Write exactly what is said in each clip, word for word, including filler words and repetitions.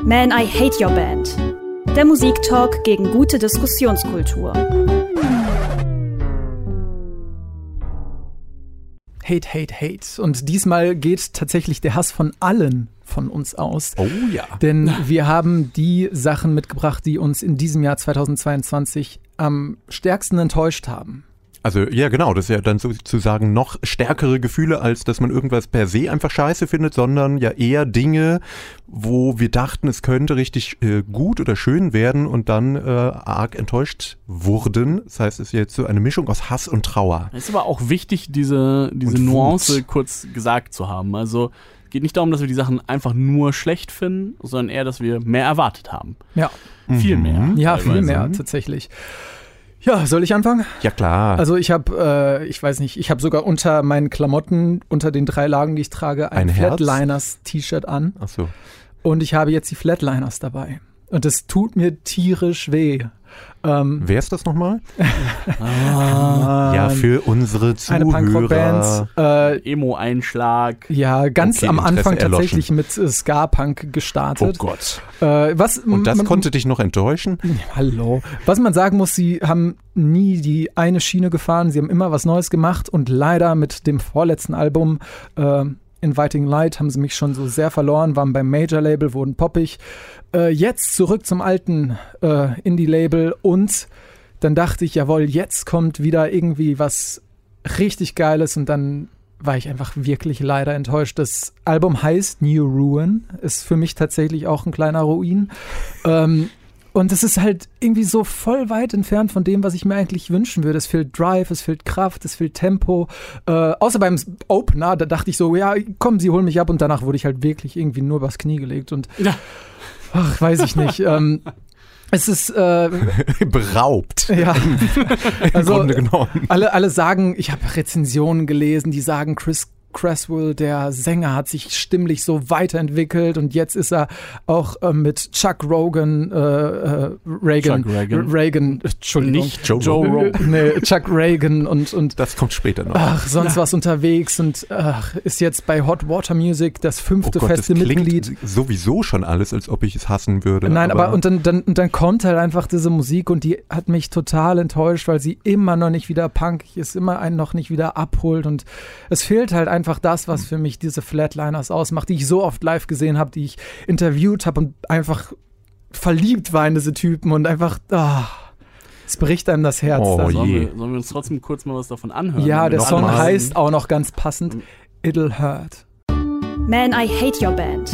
Man, I Hate Your Band. Der Musiktalk gegen gute Diskussionskultur. Hate, Hate, Hate. Und diesmal geht tatsächlich der Hass von allen von uns aus. Oh ja. Denn wir haben die Sachen mitgebracht, die uns in diesem Jahr zweitausendzweiundzwanzig am stärksten enttäuscht haben. Also ja genau, das ist ja dann sozusagen noch stärkere Gefühle, als dass man irgendwas per se einfach scheiße findet, sondern ja eher Dinge, wo wir dachten, es könnte richtig äh, gut oder schön werden und dann äh, arg enttäuscht wurden. Das heißt, es ist jetzt so eine Mischung aus Hass und Trauer. Es ist aber auch wichtig, diese, diese Nuance kurz gesagt zu haben. Also geht nicht darum, dass wir die Sachen einfach nur schlecht finden, sondern eher, dass wir mehr erwartet haben. Ja. Viel mehr. Mhm. Ja, teilweise. viel mehr tatsächlich. Ja, soll ich anfangen? Ja, klar. Also ich habe, äh, ich weiß nicht, ich habe sogar unter meinen Klamotten, unter den drei Lagen, die ich trage, ein, Ein Herz? Flatliners-T-Shirt an. Ach so. Und ich habe jetzt die Flatliners dabei. Und es tut mir tierisch weh. Ähm, Wer ist das nochmal? ah, Ja, für unsere eine Punkrock-Band. Zuhörer. Äh, Emo-Einschlag. ja, ganz Okay, am Interesse Anfang erloschen. tatsächlich mit äh, Ska-Punk Oh gestartet. Gott. Äh, was, Und das man, konnte dich noch enttäuschen? Hallo. Was man sagen muss, sie haben nie die eine Schiene gefahren, sie haben immer was Neues gemacht und leider mit dem vorletzten Album äh, Inviting Light haben sie mich schon so sehr verloren, waren beim Major-Label, wurden poppig. Äh, jetzt zurück zum alten äh, Indie-Label und dann dachte ich, jawohl, jetzt kommt wieder irgendwie was richtig Geiles und dann war ich einfach wirklich leider enttäuscht. Das Album heißt New Ruin, ist für mich tatsächlich auch ein kleiner Ruin. ähm, Und es ist halt irgendwie so voll weit entfernt von dem, was ich mir eigentlich wünschen würde. Es fehlt Drive, es fehlt Kraft, es fehlt Tempo. Äh, außer beim Opener, da dachte ich so, ja, komm, sie holen mich ab. Und danach wurde ich halt wirklich irgendwie nur übers Knie gelegt. Und Ja. ach, weiß ich nicht. ähm, es ist äh, Beraubt. ja, Im also Grunde genommen. alle, alle sagen, ich habe Rezensionen gelesen, die sagen, Chris Cresswell, der Sänger, hat sich stimmlich so weiterentwickelt und jetzt ist er auch äh, mit Chuck Rogan, äh, äh, Reagan, Chuck Reagan. Reagan, Entschuldigung. Nicht Joe Joe Rogan. Rogan. Nee, Chuck Reagan und, und Das kommt später noch. ach, sonst was unterwegs und ach, ist jetzt bei Hot Water Music das Oh fünfte Gott, das feste klingt Mitglied. sowieso schon alles, als ob ich es hassen würde. Nein, aber, und, dann, dann, und dann kommt halt einfach diese Musik und die hat mich total enttäuscht, weil sie immer noch nicht wieder punkig ist, immer einen noch nicht wieder abholt und es fehlt halt einfach das, was für mich diese Flatliners ausmacht, die ich so oft live gesehen habe, die ich interviewt habe und einfach verliebt war in diese Typen und einfach, ah, es bricht einem das Herz. Oh dann. je. Sollen wir, sollen wir uns trotzdem kurz mal was davon anhören? Ja, Damit der wir Song alle heißt wissen. auch noch ganz passend It'll Hurt. Man, I Hate Your Band.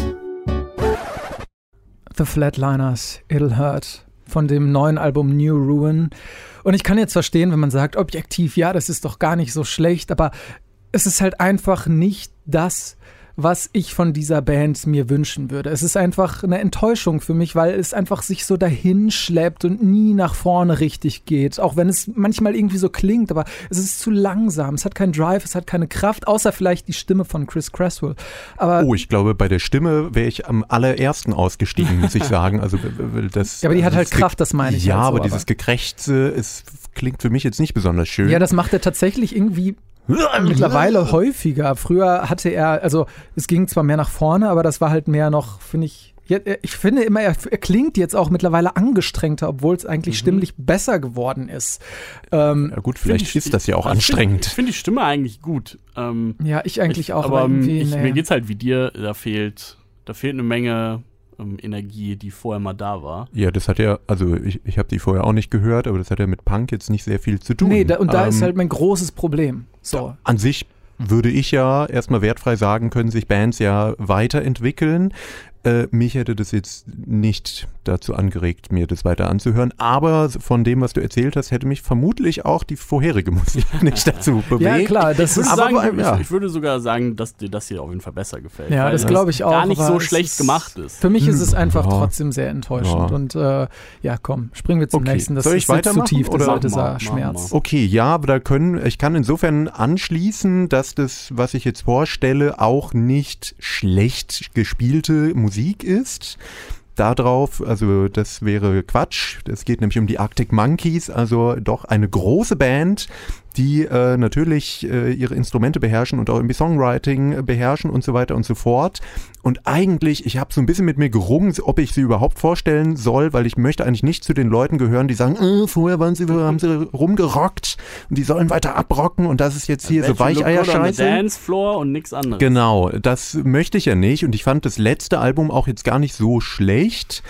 The Flatliners, It'll Hurt, von dem neuen Album New Ruin. Und ich kann jetzt verstehen, wenn man sagt, objektiv, ja, das ist doch gar nicht so schlecht, aber es ist halt einfach nicht das, was ich von dieser Band mir wünschen würde. Es ist einfach eine Enttäuschung für mich, weil es einfach sich so dahin schleppt und nie nach vorne richtig geht. Auch wenn es manchmal irgendwie so klingt, aber es ist zu langsam. Es hat keinen Drive, es hat keine Kraft, außer vielleicht die Stimme von Chris Cresswell. Aber Oh, ich glaube, bei der Stimme wäre ich am allerersten ausgestiegen, muss ich sagen. Also das, Ja, aber die hat also halt das- Kraft, das meine ich Ja, halt so, aber aber- dieses Gekrächze, es klingt für mich jetzt nicht besonders schön. ja, das macht er tatsächlich irgendwie mittlerweile häufiger. Früher hatte er, also es ging zwar mehr nach vorne, aber das war halt mehr noch, finde ich, ja, ich finde immer, er, er klingt jetzt auch mittlerweile angestrengter, obwohl es eigentlich stimmlich besser geworden ist. Ähm, Ja gut, vielleicht Find ich- ist das ja auch Also ich find- anstrengend. Ich finde die Stimme eigentlich gut. Ähm, ja, ich eigentlich ich, auch. Aber ähm, irgendwie, ich, nee. mir geht's halt wie dir, da fehlt, da fehlt eine Menge ähm, Energie, die vorher mal da war. Ja, das hat ja, also ich, ich habe die vorher auch nicht gehört, aber das hat ja mit Punk jetzt nicht sehr viel zu tun. Nee, da, und da Ähm, ist halt mein großes Problem. So. An sich würde ich ja erstmal wertfrei sagen, können sich Bands ja weiterentwickeln. Äh, mich hätte das jetzt nicht dazu angeregt, mir das weiter anzuhören. Aber von dem, was du erzählt hast, hätte mich vermutlich auch die vorherige Musik nicht dazu bewegt. Ja, klar, das Ich würde, ist. Aber- sagen, ja. ich, ich würde sogar sagen, dass dir das hier auf jeden Fall besser gefällt. Ja, weil das es glaube ich auch, gar nicht aber so es schlecht ist- gemacht ist. Für mich ist es einfach Ja. trotzdem sehr enttäuschend. Ja. Und äh, ja, komm, springen wir zum Okay. nächsten. Das Soll ich ist jetzt zu weitermachen, tief, das oder? war dieser Mach mal, mach Schmerz. mal. Okay, ja, aber da können, ich kann insofern anschließen, dass das, was ich jetzt vorstelle, auch nicht schlecht gespielte Musik ist. Darauf, also das wäre Quatsch. Es geht nämlich um die Arctic Monkeys, also doch eine große Band, die äh, natürlich äh, ihre Instrumente beherrschen und auch irgendwie Songwriting beherrschen und so weiter und so fort. Und eigentlich, ich habe so ein bisschen mit mir gerungen, ob ich sie überhaupt vorstellen soll, weil ich möchte eigentlich nicht zu den Leuten gehören, die sagen, äh, vorher waren sie, haben sie rumgerockt und die sollen weiter abrocken und das ist jetzt hier so Weicheier-Scheiße. Dancefloor und nichts anderes. Genau, das möchte ich ja nicht und ich fand das letzte Album auch jetzt gar nicht so schlecht.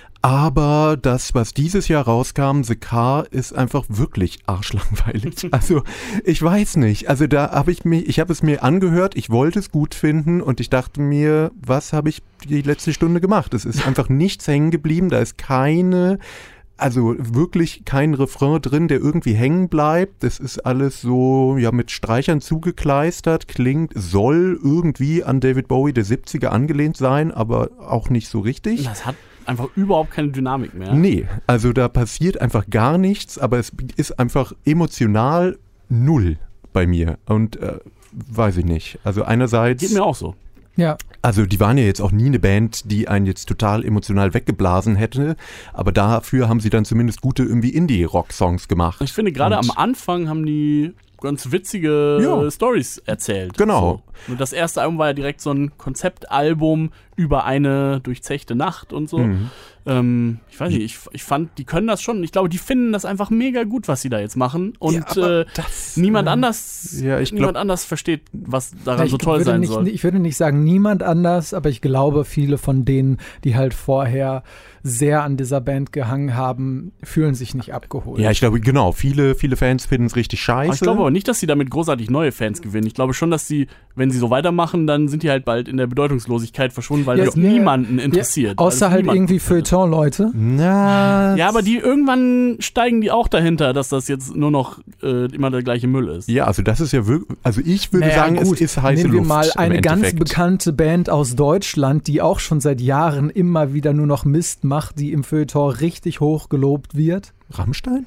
Aber das, was dieses Jahr rauskam, The Car, ist einfach wirklich arschlangweilig. Also ich weiß nicht. Also da habe ich mich, ich habe es mir angehört, ich wollte es gut finden und ich dachte mir, was habe ich die letzte Stunde gemacht? Es ist einfach nichts hängen geblieben. Da ist keine, also wirklich kein Refrain drin, der irgendwie hängen bleibt. Das ist alles so, ja, mit Streichern zugekleistert, klingt, soll irgendwie an David Bowie der siebziger angelehnt sein, aber auch nicht so richtig. Das hat einfach überhaupt keine Dynamik mehr. Nee, also da passiert einfach gar nichts, aber es ist einfach emotional null bei mir und äh, weiß ich nicht. Also einerseits... Geht mir auch so. Ja. Also die waren ja jetzt auch nie eine Band, die einen jetzt total emotional weggeblasen hätte, aber dafür haben sie dann zumindest gute irgendwie Indie-Rock-Songs gemacht. Ich finde, gerade und am Anfang haben die ganz witzige ja. Stories erzählt. Genau. So. Und das erste Album war ja direkt so ein Konzeptalbum über eine durchzechte Nacht und so. Mhm. Ähm, ich weiß nicht, ich, ich fand, die können das schon. Ich glaube, die finden das einfach mega gut, was sie da jetzt machen. Und ja, äh, das, niemand äh, anders ja, ich glaub, niemand anders versteht, was daran ich so toll würde sein nicht, soll. Ich würde nicht sagen niemand anders, aber ich glaube, viele von denen, die halt vorher sehr an dieser Band gehangen haben, fühlen sich nicht abgeholt. Ja, ich glaube, genau. Viele, viele Fans finden es richtig scheiße. Aber ich glaube aber nicht, dass sie damit großartig neue Fans gewinnen. Ich glaube schon, dass sie, wenn sie so weitermachen, dann sind die halt bald in der Bedeutungslosigkeit verschwunden, weil Ja, das ja, niemanden interessiert. Ja, außer Weil das halt niemanden irgendwie interessiert. Feuilleton-Leute. Na, Ja, aber die irgendwann steigen die auch dahinter, dass das jetzt nur noch äh, immer der gleiche Müll ist. ja, also das ist ja wirklich, also ich würde Naja, sagen, gut, es ist heiße nehmen wir Luft mal im eine ganz Endeffekt. bekannte Band aus Deutschland, die auch schon seit Jahren immer wieder nur noch Mist macht, die im Feuilleton richtig hoch gelobt wird. Rammstein?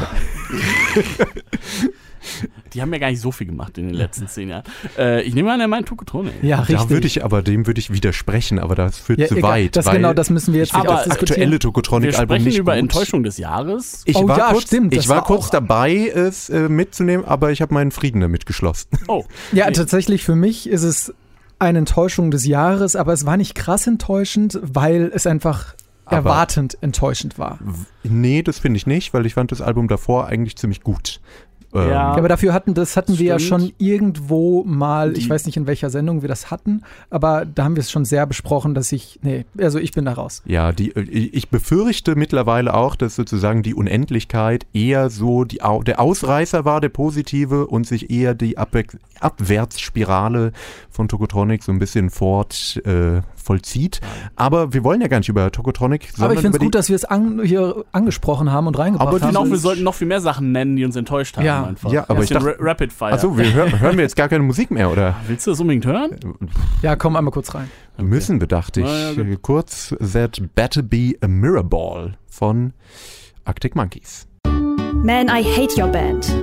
Die haben ja gar nicht so viel gemacht in den letzten zehn Jahren. Äh, ich nehme an, er meint Tokotronic. Ja, richtig. Da würde ich aber, dem würde ich widersprechen, aber das führt Ja, zu egal. weit. Das weil genau, das müssen wir jetzt ich finde nicht das ausdiskutieren. aktuelle Wir Tokotronic-Album sprechen nicht über gut. Enttäuschung des Jahres. Ich Oh war ja, kurz, stimmt, das ich war war kurz auch- dabei, es äh, mitzunehmen, aber ich habe meinen Frieden damit geschlossen. Oh, Ja, tatsächlich für mich ist es eine Enttäuschung des Jahres, aber es war nicht krass enttäuschend, weil es einfach Aber- erwartend enttäuschend war. Nee, das finde ich nicht, weil ich fand das Album davor eigentlich ziemlich gut. Ähm, Ja. Ja, aber dafür hatten das hatten wir ja Stimmt. schon irgendwo mal, ich Die- weiß nicht in welcher Sendung wir das hatten, aber da haben wir es schon sehr besprochen, dass ich, nee, also ich bin da raus. Ja, die, ich befürchte mittlerweile auch, dass sozusagen die Unendlichkeit eher so die, Au- der Ausreißer war, der positive, und sich eher die Abwe- Abwärtsspirale von Tokotronic so ein bisschen fort äh, vollzieht. Aber wir wollen ja gar nicht über Tokotronic, sondern Aber ich finde über es gut, dass wir es an, hier angesprochen haben und reingebracht Aber die haben. genau, wir ist- sollten noch viel mehr Sachen nennen, die uns enttäuscht haben. Ja. Einfach. Ja, aber Ein ich bisschen dachte- Ra- Rapid Fire. Achso, wir hör, hören wir jetzt gar keine Musik mehr, oder? Willst du das unbedingt hören? Ja, komm einmal kurz rein. Müssen wir, dachte ich. Na ja, gut. Kurz, That Better Be a Mirror Ball von Arctic Monkeys. Man, I Hate Your Band.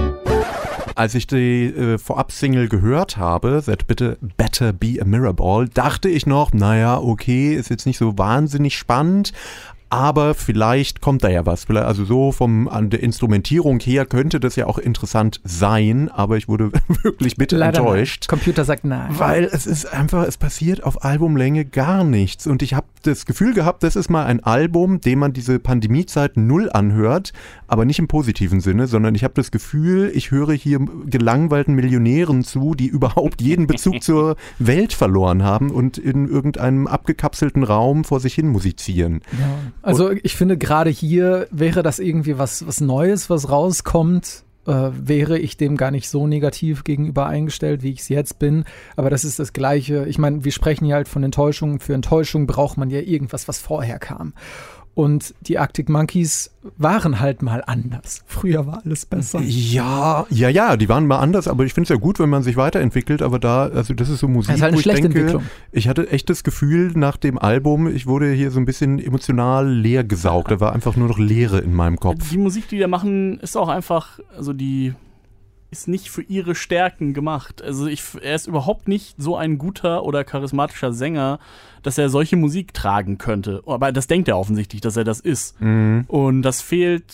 Als ich die äh, Vorab-Single gehört habe, That Bitte Better Be a Mirror Ball, dachte ich noch, naja, okay, ist jetzt nicht so wahnsinnig spannend, aber vielleicht kommt da ja was. Vielleicht, also so vom an der Instrumentierung her könnte das ja auch interessant sein, aber ich wurde wirklich bitter Leider enttäuscht. nein. Computer sagt nein. Weil es ist einfach, es passiert auf Albumlänge gar nichts. Und ich habe das Gefühl gehabt, das ist mal ein Album, dem man diese Pandemiezeit null anhört, aber nicht im positiven Sinne, sondern ich habe das Gefühl, ich höre hier gelangweilten Millionären zu, die überhaupt jeden Bezug zur Welt verloren haben und in irgendeinem abgekapselten Raum vor sich hin musizieren. Ja. Also ich finde gerade hier wäre das irgendwie was, was Neues, was rauskommt, äh, wäre ich dem gar nicht so negativ gegenüber eingestellt, wie ich es jetzt bin. Aber das ist das Gleiche. Ich meine, wir sprechen hier halt von Enttäuschungen. Für Enttäuschung braucht man ja irgendwas, was vorher kam. Und die Arctic Monkeys waren halt mal anders. Früher war alles besser. Ja, ja, ja, die waren mal anders, aber ich finde es ja gut, wenn man sich weiterentwickelt, aber da, also das ist so Musik, Das ist halt eine wo ich schlechte denke, Entwicklung. ich hatte echt das Gefühl nach dem Album, ich wurde hier so ein bisschen emotional leer gesaugt, da war einfach nur noch Leere in meinem Kopf. Die Musik, die wir machen, ist auch einfach, also die ist nicht für ihre Stärken gemacht. Also ich, er ist überhaupt nicht so ein guter oder charismatischer Sänger, dass er solche Musik tragen könnte. Aber das denkt er offensichtlich, dass er das ist. Mhm. Und das fehlt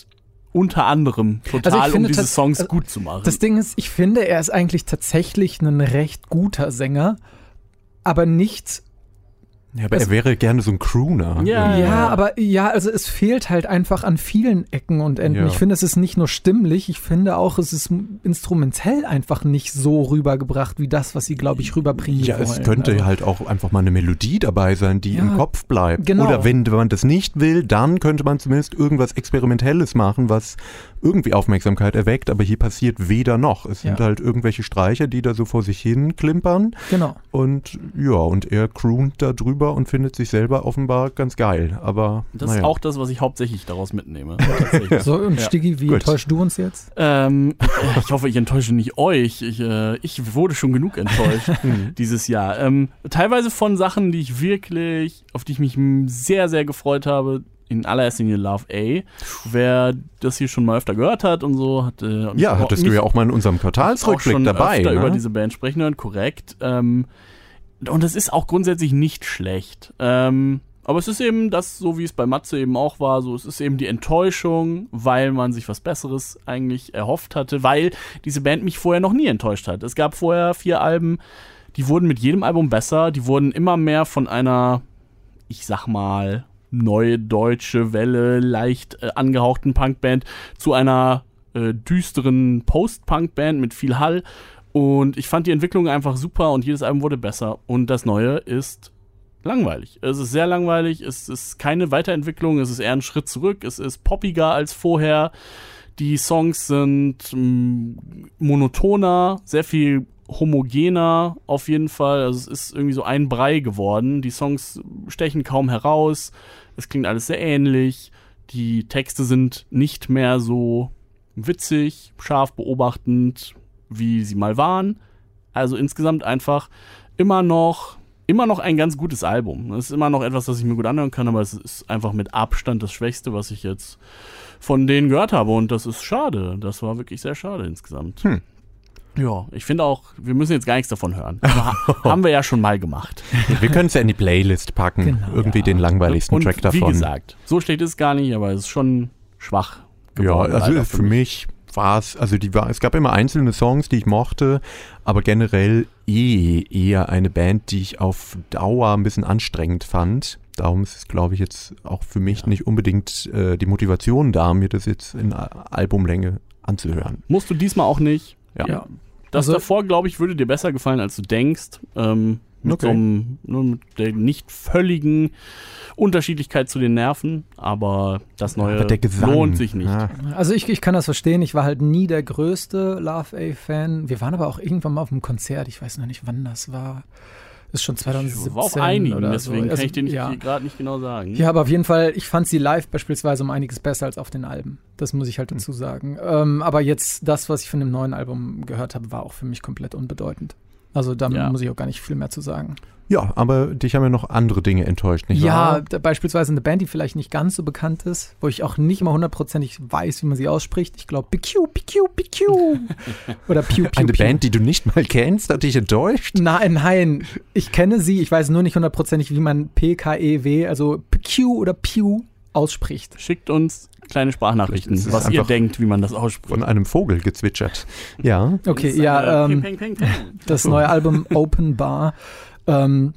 unter anderem total, Also ich finde um diese tats- Songs also gut zu machen. Das Ding ist, ich finde, er ist eigentlich tatsächlich ein recht guter Sänger, aber nicht. Ja, aber Es- er wäre gerne so ein Crooner. Ja, Ja, ja. aber ja, also es fehlt halt einfach an vielen Ecken und Enden. Ja. Ich finde, es ist nicht nur stimmlich, ich finde auch, es ist instrumentell einfach nicht so rübergebracht, wie das, was sie, glaube ich, rüberbringen Ja, wollen. es könnte also, halt auch einfach mal eine Melodie dabei sein, die Ja, im Kopf bleibt. genau. Oder wenn man das nicht will, dann könnte man zumindest irgendwas Experimentelles machen, was irgendwie Aufmerksamkeit erweckt, aber hier passiert weder noch. Es sind Ja. halt irgendwelche Streicher, die da so vor sich hin klimpern Genau. und ja, und er croont da drüber und findet sich selber offenbar ganz geil, aber Das naja. ist auch das, was ich hauptsächlich daraus mitnehme. Tatsächlich. So, und Ja. Stiggi, wie Gut. enttäuschst du uns jetzt? Ähm, ich hoffe, ich enttäusche nicht euch. Ich, äh, ich wurde schon genug enttäuscht dieses Jahr. Ähm, teilweise von Sachen, die ich wirklich, auf die ich mich m- sehr, sehr gefreut habe. In allererster Linie Love A. Wer das hier schon mal öfter gehört hat und so, hat äh, Ja, hattest du ja auch mal in unserem auch Quartalsrückblick schon dabei. öfter Ne? über diese Band sprechen hören, korrekt. Ähm, und es ist auch grundsätzlich nicht schlecht. Ähm, aber es ist eben das, so wie es bei Matze eben auch war, so es ist eben die Enttäuschung, weil man sich was Besseres eigentlich erhofft hatte, weil diese Band mich vorher noch nie enttäuscht hat. Es gab vorher vier Alben, die wurden mit jedem Album besser, die wurden immer mehr von einer, ich sag mal, neue deutsche Welle, leicht äh, angehauchten Punkband zu einer äh, düsteren Post-Punk-Band mit viel Hall. Und ich fand die Entwicklung einfach super und jedes Album wurde besser. Und das Neue ist langweilig. Es ist sehr langweilig, es ist keine Weiterentwicklung, es ist eher ein Schritt zurück, es ist poppiger als vorher. Die Songs sind mh, monotoner, sehr viel homogener auf jeden Fall. Also es ist irgendwie so ein Brei geworden. Die Songs stechen kaum heraus. Es klingt alles sehr ähnlich. Die Texte sind nicht mehr so witzig, scharf beobachtend, wie sie mal waren. Also insgesamt einfach immer noch, immer noch ein ganz gutes Album. Es ist immer noch etwas, das ich mir gut anhören kann, aber es ist einfach mit Abstand das Schwächste, was ich jetzt von denen gehört habe. Und das ist schade. Das war wirklich sehr schade insgesamt. Hm. Ja, ich finde auch, wir müssen jetzt gar nichts davon hören. Aber ha- haben wir ja schon mal gemacht. Wir können es ja in die Playlist packen, Genau. irgendwie Ja. den langweiligsten Und Track davon. wie gesagt, so schlecht ist es gar nicht, aber es ist schon schwach Ja, geworden. also leider für mich war es, also die war, es gab immer einzelne Songs, die ich mochte, aber generell eh eher eine Band, die ich auf Dauer ein bisschen anstrengend fand. Darum ist es, glaube ich, jetzt auch für mich Ja. nicht unbedingt äh, die Motivation da, mir das jetzt in A- Albumlänge anzuhören. Musst du diesmal auch nicht. Ja. Ja. Das Also- davor, glaube ich, würde dir besser gefallen, als du denkst. Ähm, mit Okay. so einem, nur mit der nicht völligen Unterschiedlichkeit zu den Nerven, aber das Neue Aber der Gesang, lohnt sich nicht. Ja. Also ich, ich kann das verstehen, ich war halt nie der größte Love A-Fan. Wir waren aber auch irgendwann mal auf einem Konzert, ich weiß noch nicht, wann das war. Ist schon zweitausendsiebzehn Ich war auf einigen, oder deswegen so. kann Also, ich dir nicht- ja. gerade nicht genau sagen. Ja, aber auf jeden Fall, ich fand sie live beispielsweise um einiges besser als auf den Alben. Das muss ich halt dazu sagen. Ähm, aber jetzt, das, was ich von dem neuen Album gehört habe, war auch für mich komplett unbedeutend. Also da Ja. muss ich auch gar nicht viel mehr zu sagen. Ja, aber dich haben ja noch andere Dinge enttäuscht, nicht Ja, wahr? da, beispielsweise eine Band, die vielleicht nicht ganz so bekannt ist, wo ich auch nicht mal hundertprozentig weiß, wie man sie ausspricht. Ich glaube, P Q, P Q, P Q. Oder Pew, Pew, Eine Pew. Band, die du nicht mal kennst, hat dich enttäuscht? Nein, nein, ich kenne sie, ich weiß nur nicht hundertprozentig, wie man P K E W, also P Q oder Pew ausspricht. Schickt uns kleine Sprachnachrichten, Das ist was ihr einfach denkt, wie man das ausspricht. Von einem Vogel gezwitschert. Ja. Okay, Das ist ja, eine ähm, Ping, Ping, Ping, Ping. das neue Album Open Bar ähm,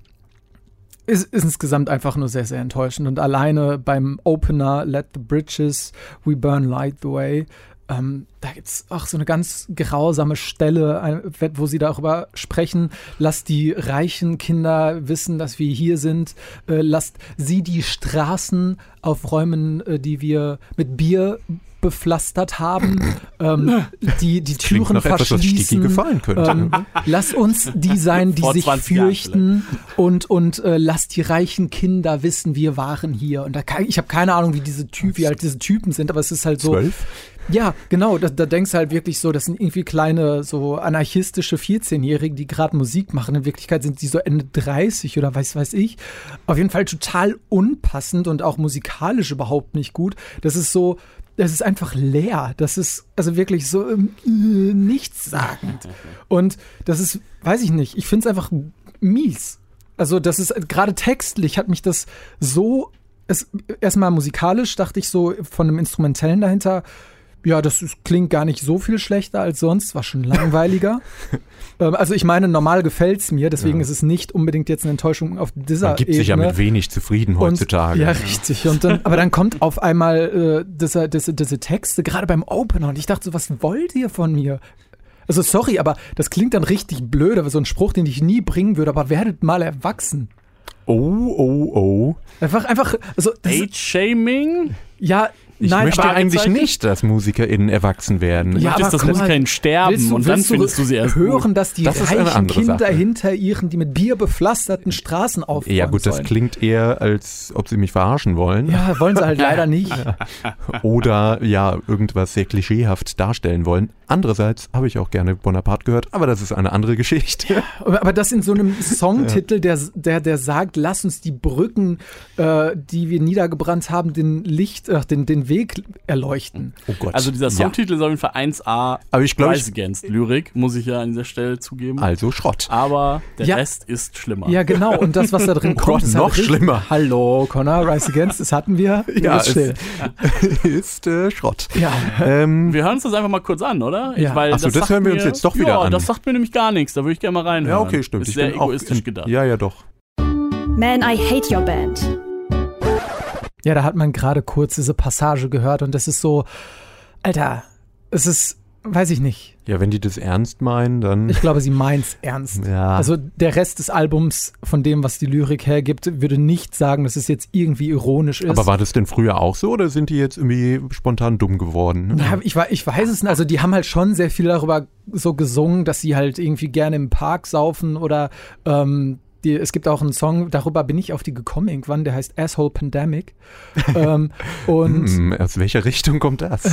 ist, ist insgesamt einfach nur sehr, sehr enttäuschend. Und alleine beim Opener Let the Bridges, We Burn Light the Way, ähm, da gibt es auch so eine ganz grausame Stelle, ein- wo sie darüber sprechen, lasst die reichen Kinder wissen, dass wir hier sind, äh, lasst sie die Straßen aufräumen, äh, die wir mit Bier bepflastert haben, ähm, die die Klingt Türen nach etwas, was Stiki verschließen. gefallen könnte. Ähm, lass uns die sein, die Vor sich zwanzig Jahren fürchten und, und äh, lass die reichen Kinder wissen, wir waren hier. Und da kann, ich habe keine Ahnung, wie diese Typ, wie halt diese Typen sind, aber es ist halt so. Zwölf? Ja, genau, da, da denkst du halt wirklich so, das sind irgendwie kleine, so anarchistische vierzehnjährige, die gerade Musik machen. In Wirklichkeit sind sie so Ende dreißig oder weiß weiß ich. Auf jeden Fall total unpassend und auch musikalisch überhaupt nicht gut. Das ist so, das ist einfach leer. Das ist also wirklich so ähm, äh, nichtssagend. Und das ist, weiß ich nicht, ich finde es einfach mies. Also das ist, gerade textlich hat mich das so, es, erstmal musikalisch dachte ich so von einem Instrumentellen dahinter, Ja, das ist, klingt gar nicht so viel schlechter als sonst, war schon langweiliger. ähm, also ich meine, normal gefällt's mir, deswegen Ja. ist es nicht unbedingt jetzt eine Enttäuschung auf dieser Man gibt Ebene. sich ja mit wenig zufrieden heutzutage. Und, ja, richtig. Und dann, aber dann kommt auf einmal äh, diese, diese, diese Texte, gerade beim Opener, und ich dachte so, was wollt ihr von mir? Also sorry, aber das klingt dann richtig blöd, aber so ein Spruch, den ich nie bringen würde, aber werdet mal erwachsen. Oh, oh, oh. Einfach, einfach, also das, Age-Shaming? ja, Ich nein, möchte aber eigentlich Fragezeichen? nicht, dass MusikerInnen erwachsen werden. Du Ja, möchtest, aber dass guck mal, MusikerInnen sterben willst du, und dann willst du findest du sie erst hören, gut. dass die Das ist eine reichen andere Kinder Sache. hinter ihren, die mit Bier bepflasterten Straßen aufräumen Ja gut, das sollen. klingt eher, als ob sie mich verarschen wollen. Ja, wollen sie halt leider nicht. Oder ja, irgendwas sehr klischeehaft darstellen wollen. Andererseits habe ich auch gerne Bonaparte gehört, aber das ist eine andere Geschichte. Aber aber das in so einem Songtitel, der, der, der sagt, lass uns die Brücken, äh, die wir niedergebrannt haben, den Licht, äh, den, den Weg erleuchten. Oh Gott. Also dieser Songtitel ist auf jeden Fall eins A Aber ich glaube, Rise ich, Against Lyrik, muss ich ja an dieser Stelle zugeben. also Schrott. Aber der Ja. Rest ist schlimmer. Ja, genau. Und das, was da drin Oh kommt, Gott, ist noch halt richtig- schlimmer. Hallo, Connor, Rise Against, das hatten wir. Du Ja, bist still. ist äh, Schrott. Ja. Ähm, Wir hören uns das einfach mal kurz an, oder? Ja. weil Ach so, das sagt hören wir mir, uns jetzt doch wieder ja, an. das sagt mir nämlich gar nichts. Da würde ich gerne mal reinhören. ja, okay, stimmt. Ist Ich sehr bin auch egoistisch in, gedacht. Ja, ja, doch. Man, I Hate Your Band. Ja, da hat man gerade kurz diese Passage gehört und das ist so, Alter, es ist, weiß ich nicht. Ja, wenn die das ernst meinen, dann... Ich glaube, sie meint's ernst. Ja. Also der Rest des Albums, von dem, was die Lyrik hergibt, würde nicht sagen, dass es jetzt irgendwie ironisch ist. Aber war das denn früher auch so oder sind die jetzt irgendwie spontan dumm geworden? Ja, ich, wei- ich weiß es nicht. Also die haben halt schon sehr viel darüber so gesungen, dass sie halt irgendwie gerne im Park saufen oder ähm, die, es gibt auch einen Song, darüber bin ich auf die gekommen irgendwann, der heißt Asshole Pandemic. ähm, und Hm, aus welcher Richtung kommt das?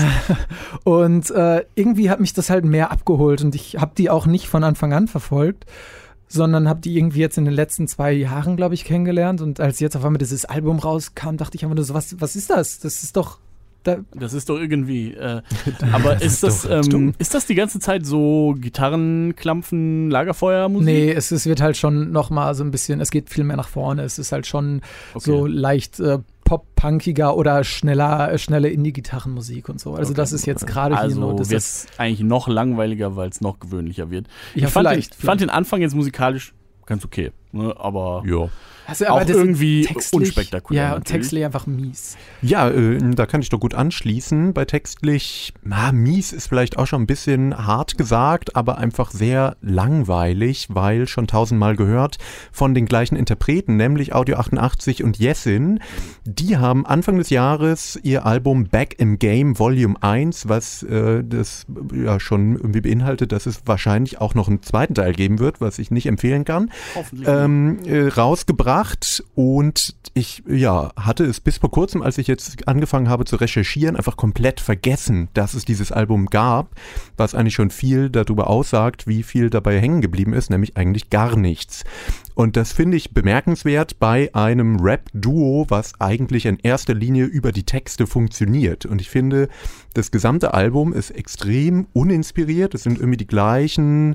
und äh, irgendwie hat mich das halt mehr abgeholt und ich habe die auch nicht von Anfang an verfolgt, sondern habe die irgendwie jetzt in den letzten zwei Jahren, glaube ich, kennengelernt und als jetzt auf einmal dieses Album rauskam, dachte ich einfach nur so, was, was ist das? Das ist doch... Da, Das ist doch irgendwie. Äh, aber ist ist das, doch ganz dumm. ähm, ist das die ganze Zeit so Gitarrenklampfen, Lagerfeuermusik? Nee, es, es wird halt schon nochmal so ein bisschen, es geht viel mehr nach vorne. Es ist halt schon Okay. so leicht äh, pop-punkiger oder schneller, äh, schnelle Indie-Gitarrenmusik und so. Also Okay. das ist jetzt gerade hier Also nur. Das wird ist, es eigentlich noch langweiliger, weil es noch gewöhnlicher wird. ja, ich fand, vielleicht. den, fand den Anfang jetzt musikalisch ganz okay. Ne? Aber Ja. also, auch das irgendwie textlich- unspektakulär Ja, und natürlich. textlich einfach mies. Ja, äh, da kann ich doch gut anschließen. Bei textlich, na, mies ist vielleicht auch schon ein bisschen hart gesagt, aber einfach sehr langweilig, weil schon tausendmal gehört von den gleichen Interpreten, nämlich Audio achtundachtzig und Jessin. Die haben Anfang des Jahres ihr Album Back im Game Volume eins, was äh, das ja schon irgendwie beinhaltet, dass es wahrscheinlich auch noch einen zweiten Teil geben wird, was ich nicht empfehlen kann, hoffentlich. ähm, äh, rausgebracht und ich ja hatte es bis vor kurzem, als ich jetzt angefangen habe zu recherchieren, einfach komplett vergessen, dass es dieses Album gab, was eigentlich schon viel darüber aussagt, wie viel dabei hängen geblieben ist, nämlich eigentlich gar nichts. Und das finde ich bemerkenswert bei einem Rap-Duo, was eigentlich in erster Linie über die Texte funktioniert. Und ich finde, das gesamte Album ist extrem uninspiriert. Es sind irgendwie die gleichen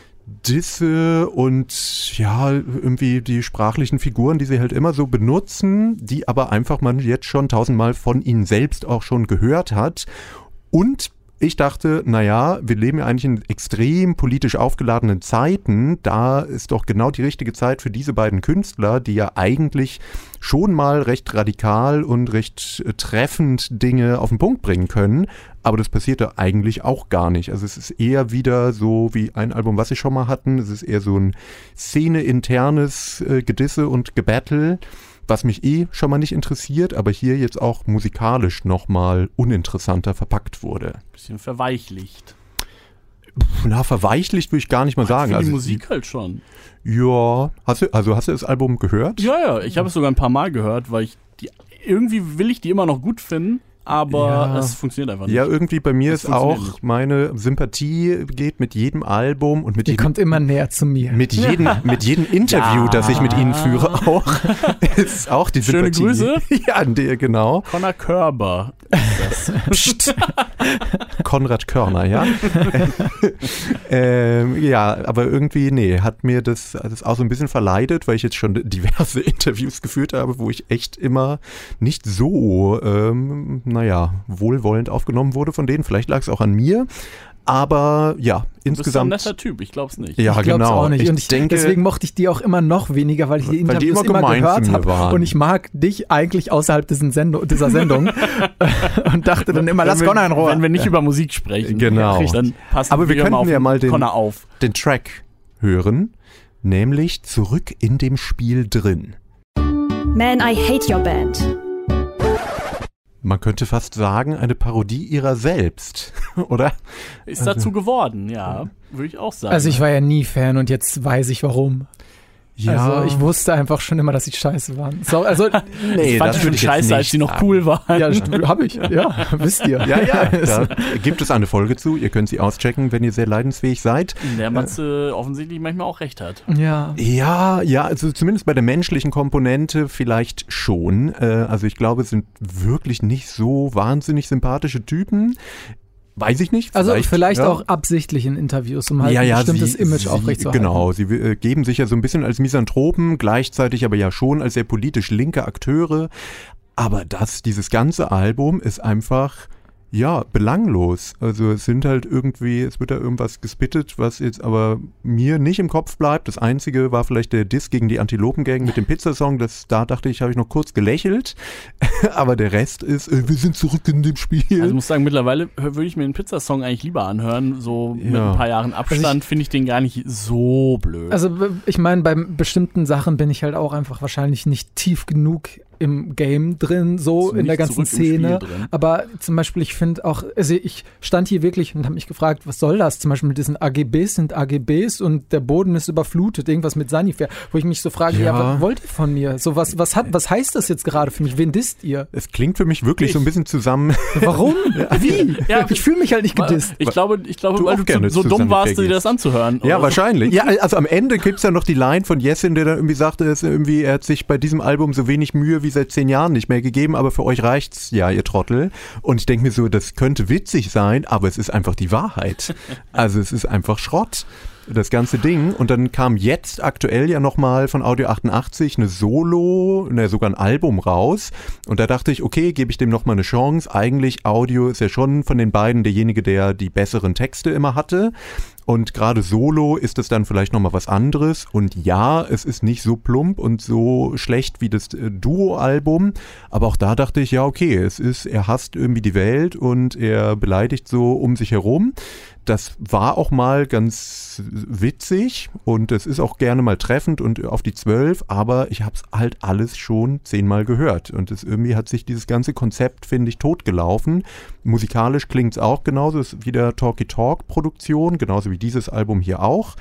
Disse und ja, irgendwie die sprachlichen Figuren, die sie halt immer so benutzen, die aber einfach man jetzt schon tausendmal von ihnen selbst auch schon gehört hat. Und ich dachte, naja, wir leben ja eigentlich in extrem politisch aufgeladenen Zeiten. Da ist doch genau die richtige Zeit für diese beiden Künstler, die ja eigentlich schon mal recht radikal und recht äh, treffend Dinge auf den Punkt bringen können. Aber das passiert da eigentlich auch gar nicht. Also es ist eher wieder so wie ein Album, was sie schon mal hatten. Es ist eher so ein Szene-internes äh, Gedisse und Gebattle, was mich eh schon mal nicht interessiert, aber hier jetzt auch musikalisch nochmal uninteressanter verpackt wurde. Bisschen verweichlicht. Na, verweichlicht würde ich gar nicht mal sagen. Für die Also, Musik halt schon. Ja, hast du, also hast du das Album gehört? Ja, ja, ich habe es sogar ein paar Mal gehört, weil ich die irgendwie will ich die immer noch gut finden, aber Ja. es funktioniert einfach nicht. Ja, irgendwie bei mir Das ist auch, funktioniert nicht. meine Sympathie geht mit jedem Album und mit Die jedem kommt immer näher zu mir. Mit jedem, mit jedem Interview, Ja. das ich mit ihnen führe, auch ist auch die Schöne Sympathie. Grüße. Ja, der, genau. Connor Körber. das. Konrad Körner, ja? ähm, ja, aber irgendwie, nee, hat mir das, das auch so ein bisschen verleidet, weil ich jetzt schon diverse Interviews geführt habe, wo ich echt immer nicht so, ähm, naja, wohlwollend aufgenommen wurde von denen. Vielleicht lag es auch an mir. Aber ja, insgesamt. Du bist ein netter Typ, ich glaub's nicht. Ja, ich glaub's genau. auch nicht. Ich und ich, denke, deswegen mochte ich die auch immer noch weniger, weil ich die weil die Interviews immer immer, gemein gehört zu mir habe. waren. Und ich mag dich eigentlich außerhalb diesen Sendo- dieser Sendung. Und dachte dann immer, lass wenn Connor wir, in Ruhe. Wenn wir nicht über Musik sprechen, Genau. ja, dann passen aber wir wir könnten mal auf ja mal den, Connor auf. den Track hören, nämlich Zurück in dem Spiel drin. Man, I Hate Your Band. Man könnte fast sagen, eine Parodie ihrer selbst, oder? Ist dazu geworden, ja, würde ich auch sagen. Also ich war ja nie Fan und jetzt weiß ich warum. Ja. Also ich wusste einfach schon immer, dass sie scheiße waren. So, also nee, ich fand das schon würde ich jetzt scheiße, nicht als sie noch sagen. cool waren. ja, habe ich. Ja, wisst ihr. Ja, ja, da gibt es eine Folge zu. Ihr könnt sie auschecken, wenn ihr sehr leidensfähig seid. In der Matze offensichtlich manchmal auch recht hat. Ja. Ja, ja, also zumindest bei der menschlichen Komponente vielleicht schon. Äh, also ich glaube, es sind wirklich nicht so wahnsinnig sympathische Typen. Weiß ich nicht. Also vielleicht, vielleicht ja. auch absichtlich in Interviews, um halt ja, ja, ein bestimmtes sie, Image sie, aufrechtzuerhalten. Genau, sie äh, geben sich ja so ein bisschen als Misanthropen, gleichzeitig aber ja schon als sehr politisch linke Akteure. Aber das, dieses ganze Album ist einfach, ja, belanglos. Also es sind halt irgendwie, es wird da irgendwas gespittet, was jetzt aber mir nicht im Kopf bleibt. Das Einzige war vielleicht der Diss gegen die Antilopen-Gang mit dem Pizzasong. Das, da dachte ich, habe ich noch kurz gelächelt. Aber der Rest ist, äh, wir sind zurück in dem Spiel. Also ich muss sagen, mittlerweile hör- würde ich mir den Pizzasong eigentlich lieber anhören. So mit Ja. ein paar Jahren Abstand finde ich den gar nicht so blöd. Also ich meine, bei bestimmten Sachen bin ich halt auch einfach wahrscheinlich nicht tief genug im Game drin, so So in der nicht ganzen zurück im Spiel Szene. drin. Aber zum Beispiel, ich finde auch, also ich stand hier wirklich und habe mich gefragt, was soll das? Zum Beispiel mit diesen A G Bs sind A G Bs und der Boden ist überflutet, irgendwas mit Sanifair, wo ich mich so frage, ja, Ja. was wollt ihr von mir? So, was, was hat, was heißt das jetzt gerade für mich? Wen disst ihr? Es klingt für mich wirklich so ein bisschen zusammen. Warum? Wie? Ja, ich fühle mich halt nicht gedisst. Ich glaube, ich glaube Du weil auch du gerne zu, so zusammen dumm warst, dir reagierst. das anzuhören. Ja, oder? wahrscheinlich. Ja, also am Ende gibt es ja noch die Line von Jessin, der da irgendwie sagte, es irgendwie, er hat sich bei diesem Album so wenig Mühe wie seit zehn Jahren nicht mehr gegeben, aber für euch reicht's ja, ihr Trottel. Und ich denke mir so, das könnte witzig sein, aber es ist einfach die Wahrheit. Also es ist einfach Schrott. Das ganze Ding. Und dann kam jetzt aktuell ja nochmal von Audio achtundachtzig eine Solo, ne, sogar ein Album raus. Und da dachte ich, okay, gebe ich dem nochmal eine Chance. Eigentlich Audio ist ja schon von den beiden derjenige, der die besseren Texte immer hatte. Und gerade Solo ist es dann vielleicht nochmal was anderes. Und ja, es ist nicht so plump und so schlecht wie das äh, Duo-Album. Aber auch da dachte ich, ja, okay, es ist, er hasst irgendwie die Welt und er beleidigt so um sich herum. Das war auch mal ganz witzig und es ist auch gerne mal treffend und auf die zwölf, aber ich habe es halt alles schon zehnmal gehört und es irgendwie hat sich dieses ganze Konzept, finde ich, totgelaufen. Musikalisch klingt es auch genauso, es ist wieder Talkie-Talk-Produktion, genauso wie dieses Album hier auch.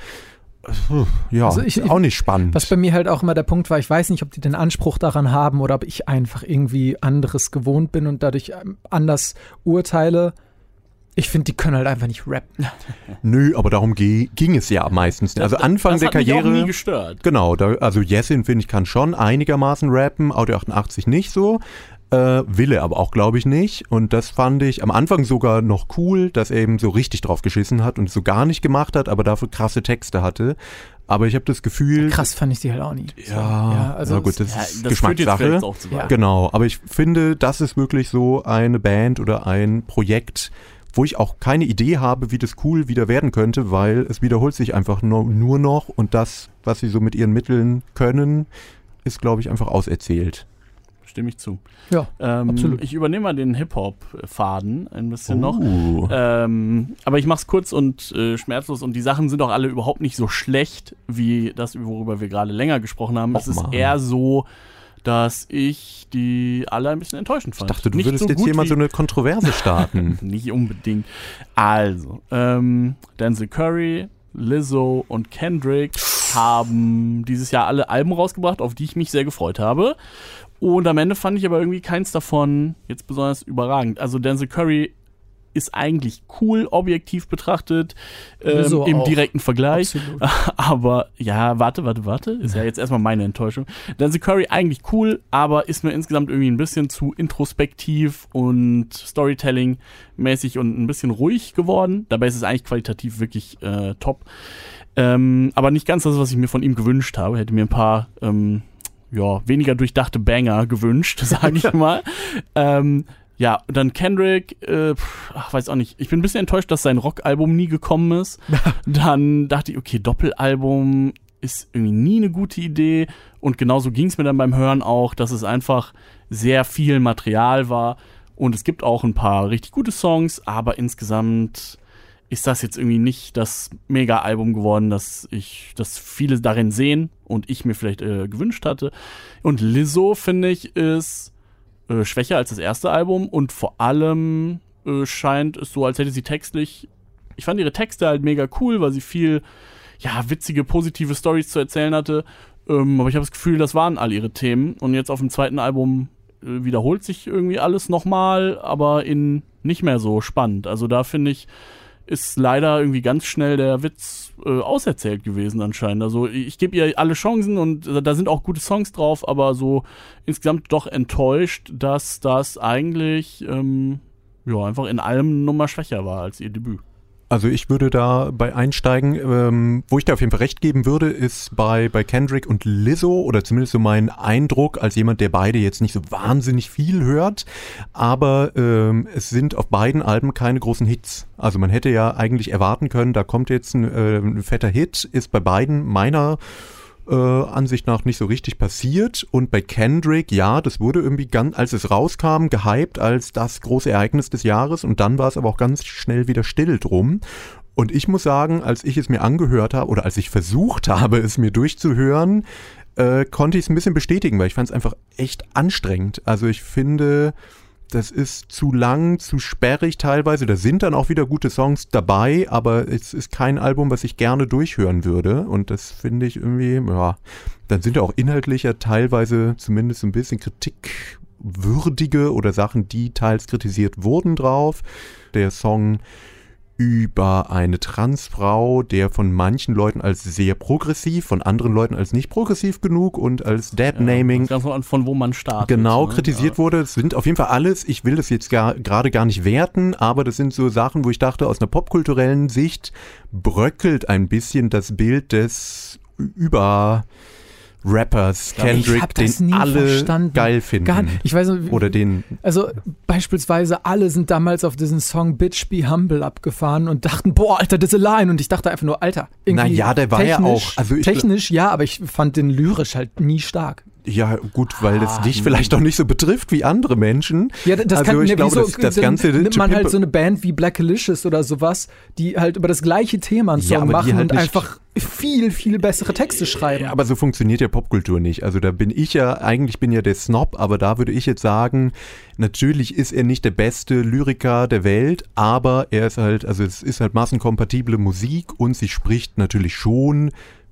Ja, Also ich- ist auch nicht spannend. Was bei mir halt auch immer der Punkt war, ich weiß nicht, ob die den Anspruch daran haben oder ob ich einfach irgendwie anderes gewohnt bin und dadurch ähm, anders urteile. Ich finde, die können halt einfach nicht rappen. Nö, aber darum ge- ging es ja meistens. Also Anfang das der hat mich Karriere. auch nie gestört. Genau, da, also Jessin, finde ich, kann schon einigermaßen rappen, Audio achtundachtzig nicht so. Äh, will er aber auch, glaube ich, nicht. Und das fand ich am Anfang sogar noch cool, dass er eben so richtig drauf geschissen hat und es so gar nicht gemacht hat, aber dafür krasse Texte hatte. Aber ich habe das Gefühl... Krass fand ich die halt auch nie. Ja, ja, also na gut, das Ja, ist das führt jetzt Geschmackssache. vielleicht auch zu weit. Ja. Genau, aber ich finde, das ist wirklich so eine Band oder ein Projekt, wo ich auch keine Idee habe, wie das cool wieder werden könnte, weil es wiederholt sich einfach nur, nur noch und das, was sie so mit ihren Mitteln können, ist, glaube ich, einfach auserzählt. Stimme ich zu. Ja, Ähm, absolut. Ich übernehme mal den Hip-Hop-Faden ein bisschen noch. Uh. Ähm, aber ich mach's kurz und äh, schmerzlos und die Sachen sind auch alle überhaupt nicht so schlecht, wie das, worüber wir gerade länger gesprochen haben. Och, es ist Mann. eher so, dass ich die alle ein bisschen enttäuschend fand. Ich dachte, du Nicht würdest so jetzt gut hier mal wie- so eine Kontroverse starten. Nicht unbedingt. Also, ähm, Denzel Curry, Lizzo und Kendrick haben dieses Jahr alle Alben rausgebracht, auf die ich mich sehr gefreut habe. Und am Ende fand ich aber irgendwie keins davon jetzt besonders überragend. Also Denzel Curry ist eigentlich cool, objektiv betrachtet, ähm, So im auch. direkten Vergleich. Absolut. Aber, ja, warte, warte, warte, ist ja jetzt erstmal meine Enttäuschung. Danzy Curry eigentlich cool, aber ist mir insgesamt irgendwie ein bisschen zu introspektiv und Storytelling-mäßig und ein bisschen ruhig geworden. Dabei ist es eigentlich qualitativ wirklich äh, top. Ähm, aber nicht ganz das, was ich mir von ihm gewünscht habe. Hätte mir ein paar ähm, ja, weniger durchdachte Banger gewünscht, sage ich mal. ähm, ja, und dann Kendrick, äh, pff, ach, weiß auch nicht. Ich bin ein bisschen enttäuscht, dass sein Rockalbum nie gekommen ist. Dann dachte ich, okay, Doppelalbum ist irgendwie nie eine gute Idee. Und genauso ging es mir dann beim Hören auch, dass es einfach sehr viel Material war. Und es gibt auch ein paar richtig gute Songs, aber insgesamt ist das jetzt irgendwie nicht das Mega-Album geworden, das ich, das viele darin sehen und ich mir vielleicht äh, gewünscht hatte. Und Lizzo, finde ich, ist äh, schwächer als das erste Album und vor allem äh, scheint es so, als hätte sie textlich, ich fand ihre Texte halt mega cool, weil sie viel, ja, witzige, positive Storys zu erzählen hatte. Ähm, aber ich habe das Gefühl, das waren all ihre Themen und jetzt auf dem zweiten Album äh, wiederholt sich irgendwie alles nochmal, aber in nicht mehr so spannend. Also da finde ich, ist leider irgendwie ganz schnell der Witz äh, auserzählt gewesen anscheinend. Also ich gebe ihr alle Chancen und äh, da sind auch gute Songs drauf, aber so insgesamt doch enttäuscht, dass das eigentlich ähm, ja, einfach in allem Nummer schwächer war als ihr Debüt. Also ich würde da bei einsteigen, ähm, wo ich da auf jeden Fall recht geben würde, ist bei, bei Kendrick und Lizzo, oder zumindest so mein Eindruck als jemand, der beide jetzt nicht so wahnsinnig viel hört, aber ähm, es sind auf beiden Alben keine großen Hits. Also man hätte ja eigentlich erwarten können, da kommt jetzt ein, äh, ein fetter Hit, ist bei beiden meiner Äh, Ansicht nach nicht so richtig passiert. Und bei Kendrick, ja, das wurde irgendwie ganz, als es rauskam, gehypt als das große Ereignis des Jahres, und dann war es aber auch ganz schnell wieder still drum. Und ich muss sagen, als ich es mir angehört habe oder als ich versucht habe, es mir durchzuhören, äh, konnte ich es ein bisschen bestätigen, weil ich fand es einfach echt anstrengend. Also ich finde, das ist zu lang, zu sperrig teilweise. Da sind dann auch wieder gute Songs dabei, aber es ist kein Album, was ich gerne durchhören würde. Und das finde ich irgendwie, ja, dann sind ja auch inhaltlicher teilweise zumindest ein bisschen kritikwürdige oder Sachen, die teils kritisiert wurden, drauf. Der Song über eine Transfrau, der von manchen Leuten als sehr progressiv, von anderen Leuten als nicht progressiv genug und als Dead-Naming, ja, ganz an, von wo man startet. genau, ne? kritisiert ja. wurde. Das sind auf jeden Fall alles, ich will das jetzt gar, gerade gar nicht werten, aber das sind so Sachen, wo ich dachte, aus einer popkulturellen Sicht bröckelt ein bisschen das Bild des über Rappers, Kendrick, ich hab das den nie alle verstanden. geil finden. Gar nicht. Ich weiß nicht, Oder den, also beispielsweise alle sind damals auf diesen Song Bitch Be Humble abgefahren und dachten, boah, Alter, das ist allein. Und ich dachte einfach nur, Alter, irgendwie Na ja, der war ja technisch, auch- also ich- technisch ja, aber ich fand den lyrisch halt nie stark. ja gut, weil das Ah, dich hm. vielleicht auch nicht so betrifft wie andere Menschen. Ja, das also kann, ich ne, glaube, wieso, das, das dann ganze nimmt man To halt Pimp- so eine Band wie Blackalicious oder sowas, die halt über das gleiche Thema einen Ja, Song aber die machen halt und nicht- einfach viel, viel bessere Texte schreiben. Ja, aber so funktioniert ja Popkultur nicht. Also da bin ich ja, eigentlich bin ja der Snob, aber da würde ich jetzt sagen, natürlich ist er nicht der beste Lyriker der Welt, aber er ist halt, also es ist halt massenkompatible Musik und sie spricht natürlich schon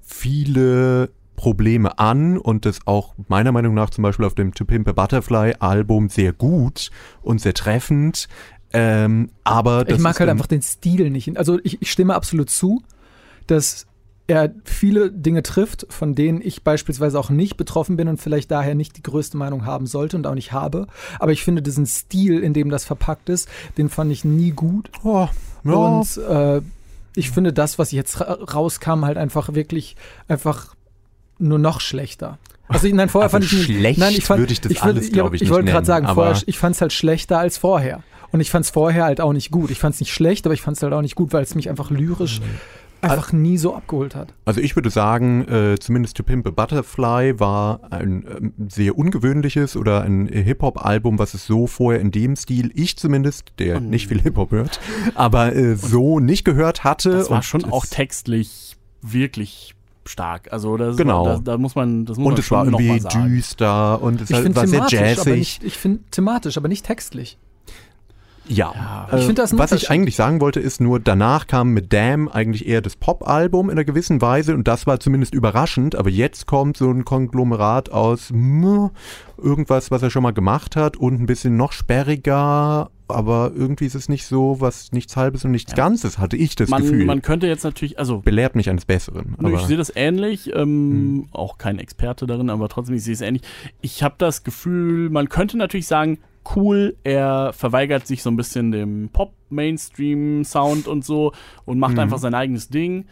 viele Probleme an und das auch meiner Meinung nach zum Beispiel auf dem To Pimp a Butterfly Album sehr gut und sehr treffend. Ähm, aber das ich mag ist halt dann- einfach den Stil nicht. Also ich, ich stimme absolut zu, dass er viele Dinge trifft, von denen ich beispielsweise auch nicht betroffen bin und vielleicht daher nicht die größte Meinung haben sollte und auch nicht habe. Aber ich finde diesen Stil, in dem das verpackt ist, den fand ich nie gut. Oh, ja. Und äh, ich finde das, was jetzt ra rauskam, halt einfach wirklich einfach nur noch schlechter. Also ich, nein, vorher Also fand ich nicht, schlecht nein, ich fand, würde ich das ich fand, alles, ja, glaube ich, ich nicht wollte gerade nennen, sagen, aber- vorher, ich fand es halt schlechter als vorher. Und ich fand es vorher halt auch nicht gut. Ich fand es nicht schlecht, aber ich fand es halt auch nicht gut, weil es mich einfach lyrisch einfach nie so abgeholt hat. Also ich würde sagen, äh, zumindest To Pimp a Butterfly war ein ähm, sehr ungewöhnliches oder ein Hip-Hop-Album, was es so vorher in dem Stil, ich zumindest, der Und- nicht viel Hip-Hop hört, aber äh, so nicht gehört hatte. Das war und schon es- auch textlich wirklich stark. Also das Genau. war, da, da muss man, das muss Und man es war schon noch irgendwie mal sagen. düster und es Ich halt, finde war sehr thematisch, aber jazzig. nicht, ich finde thematisch, aber nicht textlich. Ja, Ja, äh, ich find das ein was ich Unterschied. eigentlich sagen wollte, ist nur, danach kam mit Damn eigentlich eher das Pop-Album in einer gewissen Weise und das war zumindest überraschend, aber jetzt kommt so ein Konglomerat aus mh, irgendwas, was er schon mal gemacht hat und ein bisschen noch sperriger, aber irgendwie ist es nicht so, was nichts Halbes und nichts Ja. Ganzes, hatte ich das Man, Gefühl. man könnte jetzt natürlich, also Belehrt mich eines Besseren. Nö, Aber ich sehe das ähnlich, ähm, Hm. auch kein Experte darin, aber trotzdem, ich sehe es ähnlich. Ich habe das Gefühl, man könnte natürlich sagen, cool, er verweigert sich so ein bisschen dem Pop-Mainstream-Sound und so und macht Mhm. einfach sein eigenes Ding.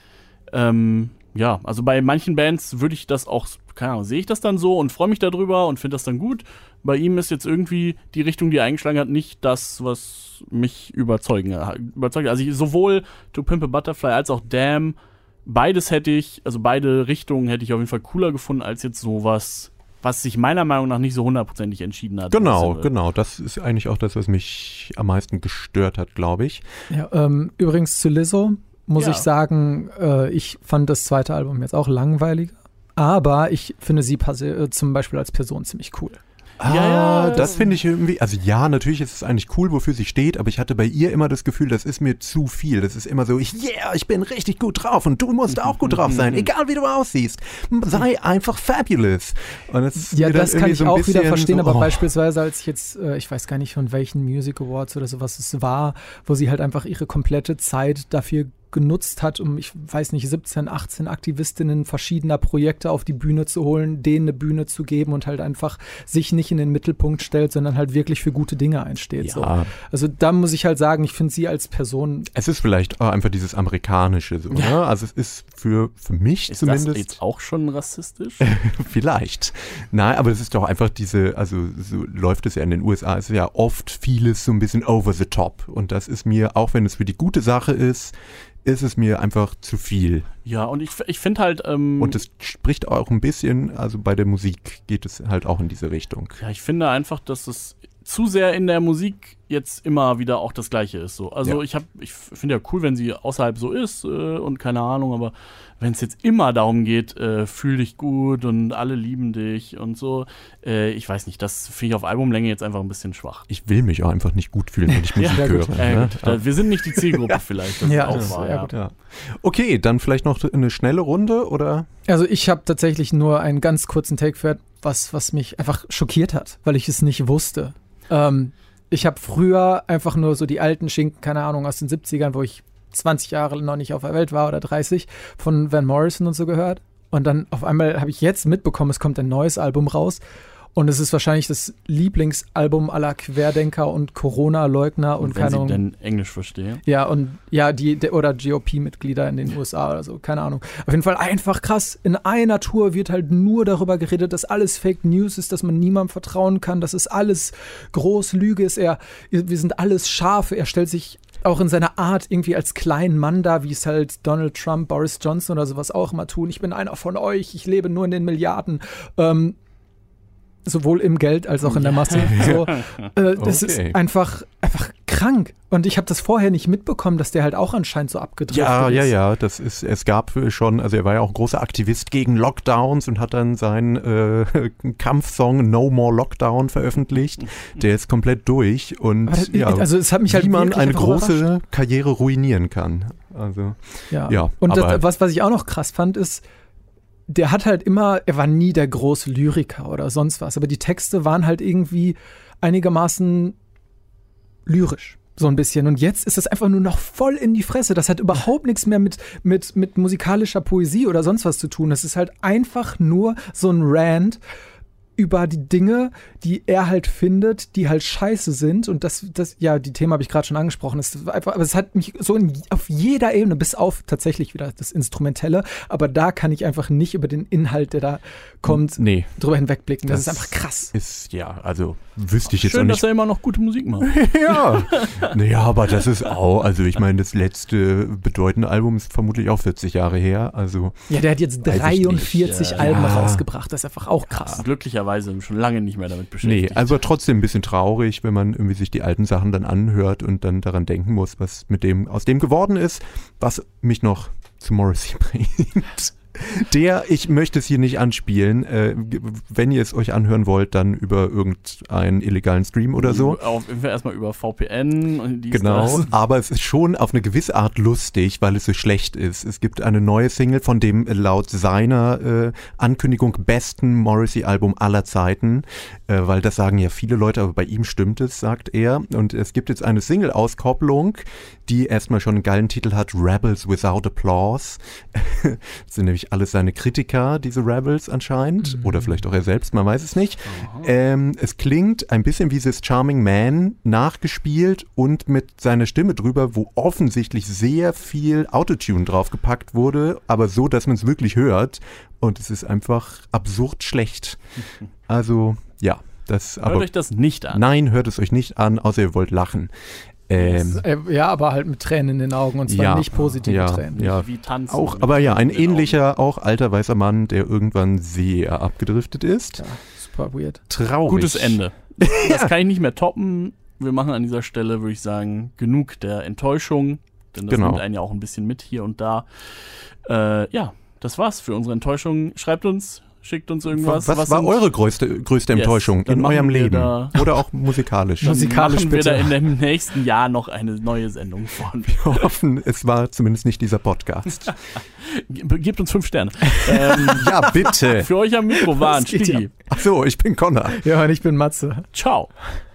Ähm, ja, also bei manchen Bands würde ich das auch, keine Ahnung, sehe ich das dann so und freue mich darüber und finde das dann gut. Bei ihm ist jetzt irgendwie die Richtung, die er eingeschlagen hat, nicht das, was mich überzeugen, überzeugt. Also ich, sowohl To Pimp a Butterfly als auch Damn, beides hätte ich, also beide Richtungen hätte ich auf jeden Fall cooler gefunden als jetzt sowas, was sich meiner Meinung nach nicht so hundertprozentig entschieden hat. genau, Also, genau, das ist eigentlich auch das, was mich am meisten gestört hat, glaube ich. Ja, ähm, übrigens zu Lizzo muss Ja. ich sagen, äh, ich fand das zweite Album jetzt auch langweiliger, aber ich finde sie passe- äh, zum Beispiel als Person ziemlich cool. Ah, Ja, ja. das finde ich irgendwie, also ja, natürlich ist es eigentlich cool, wofür sie steht, aber ich hatte bei ihr immer das Gefühl, das ist mir zu viel. Das ist immer so, ich, yeah, ich bin richtig gut drauf und du musst auch gut drauf sein, egal wie du aussiehst. Sei einfach fabulous. Und das ist Ja, mir dann das kann irgendwie ich so ein auch wieder bisschen verstehen, so, aber oh. beispielsweise als ich jetzt, äh, ich weiß gar nicht von welchen Music Awards oder sowas es war, wo sie halt einfach ihre komplette Zeit dafür genutzt hat, um, ich weiß nicht, siebzehn, achtzehn Aktivistinnen verschiedener Projekte auf die Bühne zu holen, denen eine Bühne zu geben und halt einfach sich nicht in den Mittelpunkt stellt, sondern halt wirklich für gute Dinge einsteht. Ja. So. Also da muss ich halt sagen, ich finde sie als Person. Es ist vielleicht auch einfach dieses Amerikanische so, Ja. ne? Also es ist für, für mich ist zumindest das jetzt auch schon rassistisch? vielleicht. Nein, aber es ist doch einfach diese, also so läuft es ja in den U S A, ist ja oft vieles so ein bisschen over the top. Und das ist mir, auch wenn es für die gute Sache ist, ist es mir einfach zu viel. Ja, und ich, ich finde halt, ähm, Und es spricht auch ein bisschen, also bei der Musik geht es halt auch in diese Richtung. ja, ich finde einfach, dass es zu sehr in der Musik jetzt immer wieder auch das Gleiche ist. So. Also Ja. ich habe, ich finde ja cool, wenn sie außerhalb so ist äh, und keine Ahnung, aber wenn es jetzt immer darum geht, äh, fühl dich gut und alle lieben dich und so, äh, ich weiß nicht, das finde ich auf Albumlänge jetzt einfach ein bisschen schwach. Ich will mich auch einfach nicht gut fühlen, wenn ich Musik Ja, höre. gut. Äh, ne? gut, da, wir sind nicht die Zielgruppe vielleicht, das Ja, ist auch das ist wahr. sehr Ja. gut. Ja. Okay, dann vielleicht noch eine schnelle Runde, oder? Also ich habe tatsächlich nur einen ganz kurzen Take für was, was mich einfach schockiert hat, weil ich es nicht wusste. Ähm, ich habe früher einfach nur so die alten Schinken, keine Ahnung, aus den siebzigern, wo ich zwanzig Jahre noch nicht auf der Welt war oder dreißig, von Van Morrison und so gehört. Und dann auf einmal habe ich jetzt mitbekommen, es kommt ein neues Album raus. Und es ist wahrscheinlich das Lieblingsalbum aller Querdenker und Corona-Leugner und, Und wenn keine sie Ahnung. denn Englisch verstehe. Ja, und ja, die, de, oder G O P-Mitglieder in den U S A oder so, keine Ahnung. Auf jeden Fall einfach krass. In einer Tour wird halt nur darüber geredet, dass alles Fake News ist, dass man niemandem vertrauen kann, dass es alles groß Lüge ist. Er, wir sind alles Schafe. Er stellt sich auch in seiner Art irgendwie als kleinen Mann da, wie es halt Donald Trump, Boris Johnson oder sowas auch immer tun. Ich bin einer von euch, ich lebe nur in den Milliarden. Ähm, sowohl im Geld als auch in der Masse. So, äh, das Okay. ist einfach, einfach krank. Und ich habe das vorher nicht mitbekommen, dass der halt auch anscheinend so abgedriftet Ja, ist. ja, ja, das ist, es gab schon, also er war ja auch ein großer Aktivist gegen Lockdowns und hat dann seinen äh, Kampfsong No More Lockdown veröffentlicht. Der ist komplett durch und Aber das, ja, also es hat mich halt wie man wirklich eine einfach große überrascht. Karriere ruinieren kann. Also, Ja. ja, Und aber- das, was, was ich auch noch krass fand, ist, der hat halt immer, er war nie der große Lyriker oder sonst was, aber die Texte waren halt irgendwie einigermaßen lyrisch. So ein bisschen. Und jetzt ist das einfach nur noch voll in die Fresse. Das hat überhaupt nichts mehr mit, mit, mit musikalischer Poesie oder sonst was zu tun. Das ist halt einfach nur so ein Rant über die Dinge, die er halt findet, die halt scheiße sind. Und das, das ja, die Themen habe ich gerade schon angesprochen. Es war einfach, aber es hat mich so in, auf jeder Ebene, bis auf tatsächlich wieder das Instrumentelle, aber da kann ich einfach nicht über den Inhalt, der da kommt, nee, drüber hinwegblicken. Das, Das ist einfach krass. ist, ja, also wüsste ich jetzt Schön, auch dass nicht. er immer noch gute Musik macht. Ja, naja, aber das ist auch, also ich meine, das letzte bedeutende Album ist vermutlich auch vierzig Jahre her, also Ja, der hat jetzt Weiß ich nicht. dreiundvierzig Ja. Alben Ja. rausgebracht. Das ist einfach auch krass. Glücklicherweise schon lange nicht mehr damit nee, beschäftigt. also trotzdem ein bisschen traurig, wenn man irgendwie sich die alten Sachen dann anhört und dann daran denken muss, was mit dem, aus dem geworden ist, was mich noch zu Morrissey bringt. Der, ich möchte es hier nicht anspielen. Äh, wenn ihr es euch anhören wollt, dann über irgendeinen illegalen Stream oder so. Auf jeden Fall erstmal über V P N. Und dies, Genau, das. aber es ist schon auf eine gewisse Art lustig, weil es so schlecht ist. Es gibt eine neue Single von dem laut seiner äh, Ankündigung besten Morrissey-Album aller Zeiten, äh, weil das sagen ja viele Leute, aber bei ihm stimmt es, sagt er. Und es gibt jetzt eine Single-Auskopplung, die erstmal schon einen geilen Titel hat, Rebels Without Applause. Das sind nämlich alles seine Kritiker, diese Rebels anscheinend. Mhm. Oder vielleicht auch er selbst, man weiß es nicht. Ähm, es klingt ein bisschen wie This Charming Man nachgespielt und mit seiner Stimme drüber, wo offensichtlich sehr viel Autotune draufgepackt wurde, aber so, dass man es wirklich hört. Und es ist einfach absurd schlecht. Also, ja. Das, hört aber, euch das nicht an. Nein, hört es euch nicht an, außer ihr wollt lachen. Ähm, ja, aber halt mit Tränen in den Augen und zwar ja, nicht positive ja, Tränen. Ja. Wie tanzen. Auch, aber ja, ein ähnlicher, auch alter weißer Mann, der irgendwann sehr abgedriftet ist. Ja, super weird. Traurig. Gutes Ende. Das kann ich nicht mehr toppen. Wir machen an dieser Stelle, würde ich sagen, genug der Enttäuschung. Denn das Genau. nimmt einen ja auch ein bisschen mit hier und da. Äh, ja, das war's für unsere Enttäuschung. Schreibt uns, schickt uns irgendwas. Was, was war sind, eure größte, größte Yes, Enttäuschung dann in machen eurem wir Leben? da- Oder auch musikalisch? Dann Musikalisch machen wir bitte. da in dem nächsten Jahr noch eine neue Sendung von. Wir hoffen, es war zumindest nicht dieser Podcast. Ge- Gebt uns fünf Sterne. ähm, Ja, bitte. für euch am Mikro waren Das geht Stigi. ja. Ach so, ich bin Connor. Ja, und ich bin Matze. Ciao.